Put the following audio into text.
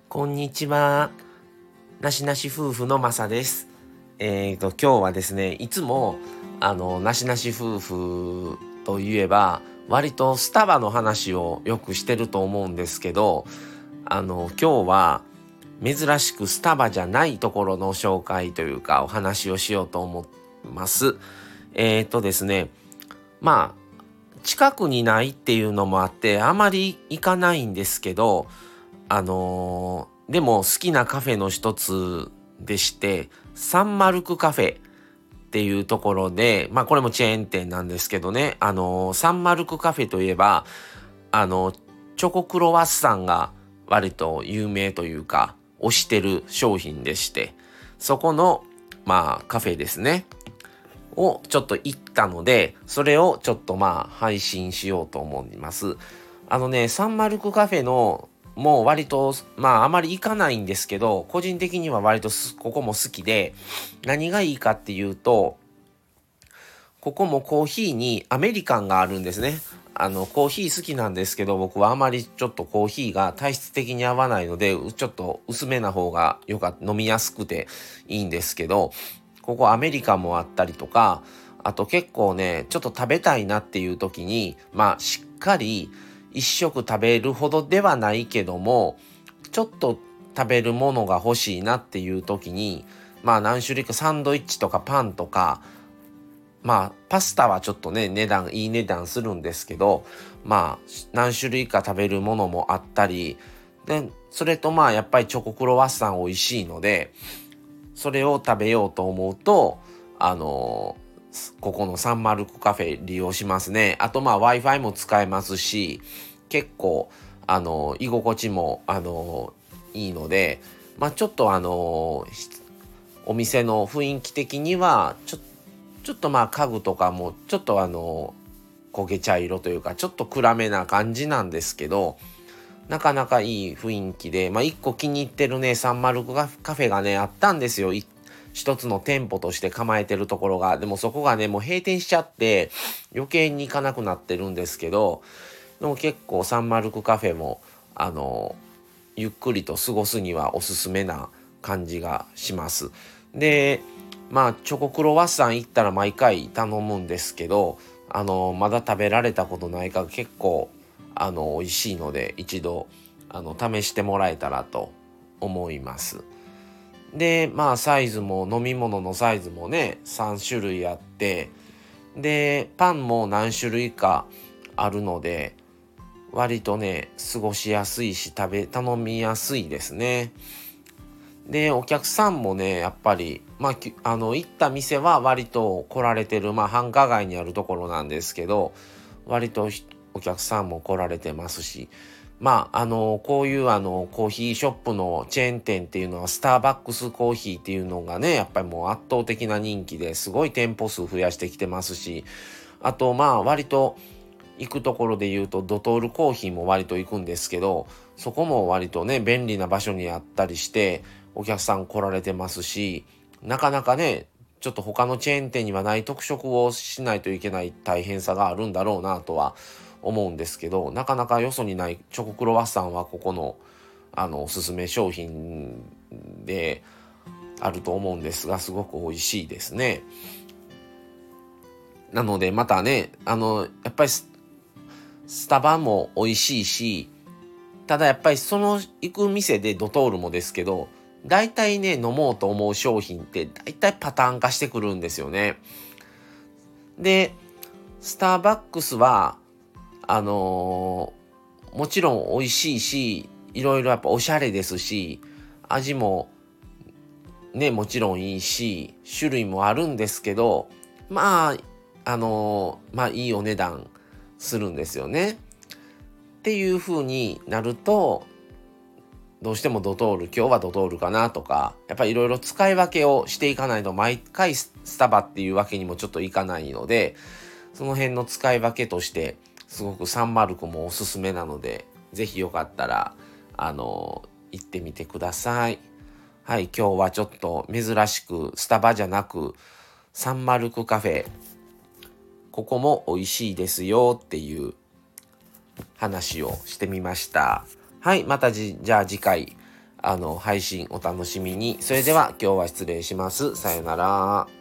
こんにちは。なしなし夫婦のまさです。今日はですね、いつも、なしなし夫婦といえば、割とスタバの話をよくしてると思うんですけど、今日は珍しくスタバじゃないところの紹介というか、お話をしようと思います。ですね、まあ、近くにないっていうのもあって、あまり行かないんですけど、でも好きなカフェの一つでして、サンマルクカフェっていうところで、これもチェーン店なんですけどね、サンマルクカフェといえば、チョコクロワッサンが割と有名というか、推してる商品でして、そこの、カフェですね。をちょっと行ったので、それをちょっと配信しようと思います。サンマルクカフェのもう割とあまり行かないんですけど、個人的には割とここも好きで、何がいいかっていうと、ここもコーヒーにアメリカンがあるんですね。コーヒー好きなんですけど、僕はあまりちょっとコーヒーが体質的に合わないので、ちょっと薄めな方が飲みやすくていいんですけど、ここアメリカンもあったりとか、あと結構ね、ちょっと食べたいなっていう時に、しっかり一食食べるほどではないけども、ちょっと食べるものが欲しいなっていう時に、何種類かサンドイッチとかパンとか、パスタはちょっとね、いい値段するんですけど、何種類か食べるものもあったり、で、それとやっぱりチョコクロワッサン美味しいので、それを食べようと思うと、ここのサンマルクカフェ利用しますね。あとWi-Fi も使えますし、結構、居心地も、いいので、ちょっとお店の雰囲気的には、ちょっと家具とかも、ちょっと焦げ茶色というか、ちょっと暗めな感じなんですけど、なかなかいい雰囲気で、一個気に入ってるね、サンマルクカフェがね、あったんですよ。一つの店舗として構えてるところが。でもそこがね、もう閉店しちゃって、余計に行かなくなってるんですけど、でも結構サンマルクカフェも、ゆっくりと過ごすにはおすすめな感じがします。で、チョコクロワッサン行ったら毎回頼むんですけど、まだ食べられたことないから結構、美味しいので、一度、試してもらえたらと思います。で、サイズも、飲み物のサイズもね、3種類あって、で、パンも何種類かあるので、割とね、過ごしやすいし、頼みやすいですね。で、お客さんもね、やっぱり、行った店は割と来られてる、繁華街にあるところなんですけど、割とお客さんも来られてますし、こういうコーヒーショップのチェーン店っていうのは、スターバックスコーヒーっていうのがね、やっぱりもう圧倒的な人気ですごい店舗数増やしてきてますし、あと割と行くところで言うとドトールコーヒーも割と行くんですけど、そこも割とね、便利な場所にあったりして、お客さん来られてますし、なかなかね、ちょっと他のチェーン店にはない特色をしないといけない大変さがあるんだろうなとは思うんですけど、なかなかよそにないチョコクロワッサンはここのおすすめ商品であると思うんですが、すごく美味しいですね。なのでまたね、やっぱりスタバも美味しいし、ただやっぱりその行く店でドトールもですけど、大体ね、飲もうと思う商品って大体パターン化してくるんですよね。で、スターバックスは、もちろん美味しいし、いろいろやっぱおしゃれですし、味もね、もちろんいいし、種類もあるんですけど、いいお値段するんですよね。っていう風になると、どうしてもドトール、今日はドトールかなとか、やっぱりいろいろ使い分けをしていかないと毎回スタバっていうわけにもちょっといかないので、その辺の使い分けとしてすごくサンマルクもおすすめなので、ぜひよかったら行ってみてください。はい、今日はちょっと珍しくスタバじゃなくサンマルクカフェ、ここも美味しいですよっていう話をしてみました。はい、またじゃあ次回配信お楽しみに。それでは今日は失礼します。さよなら。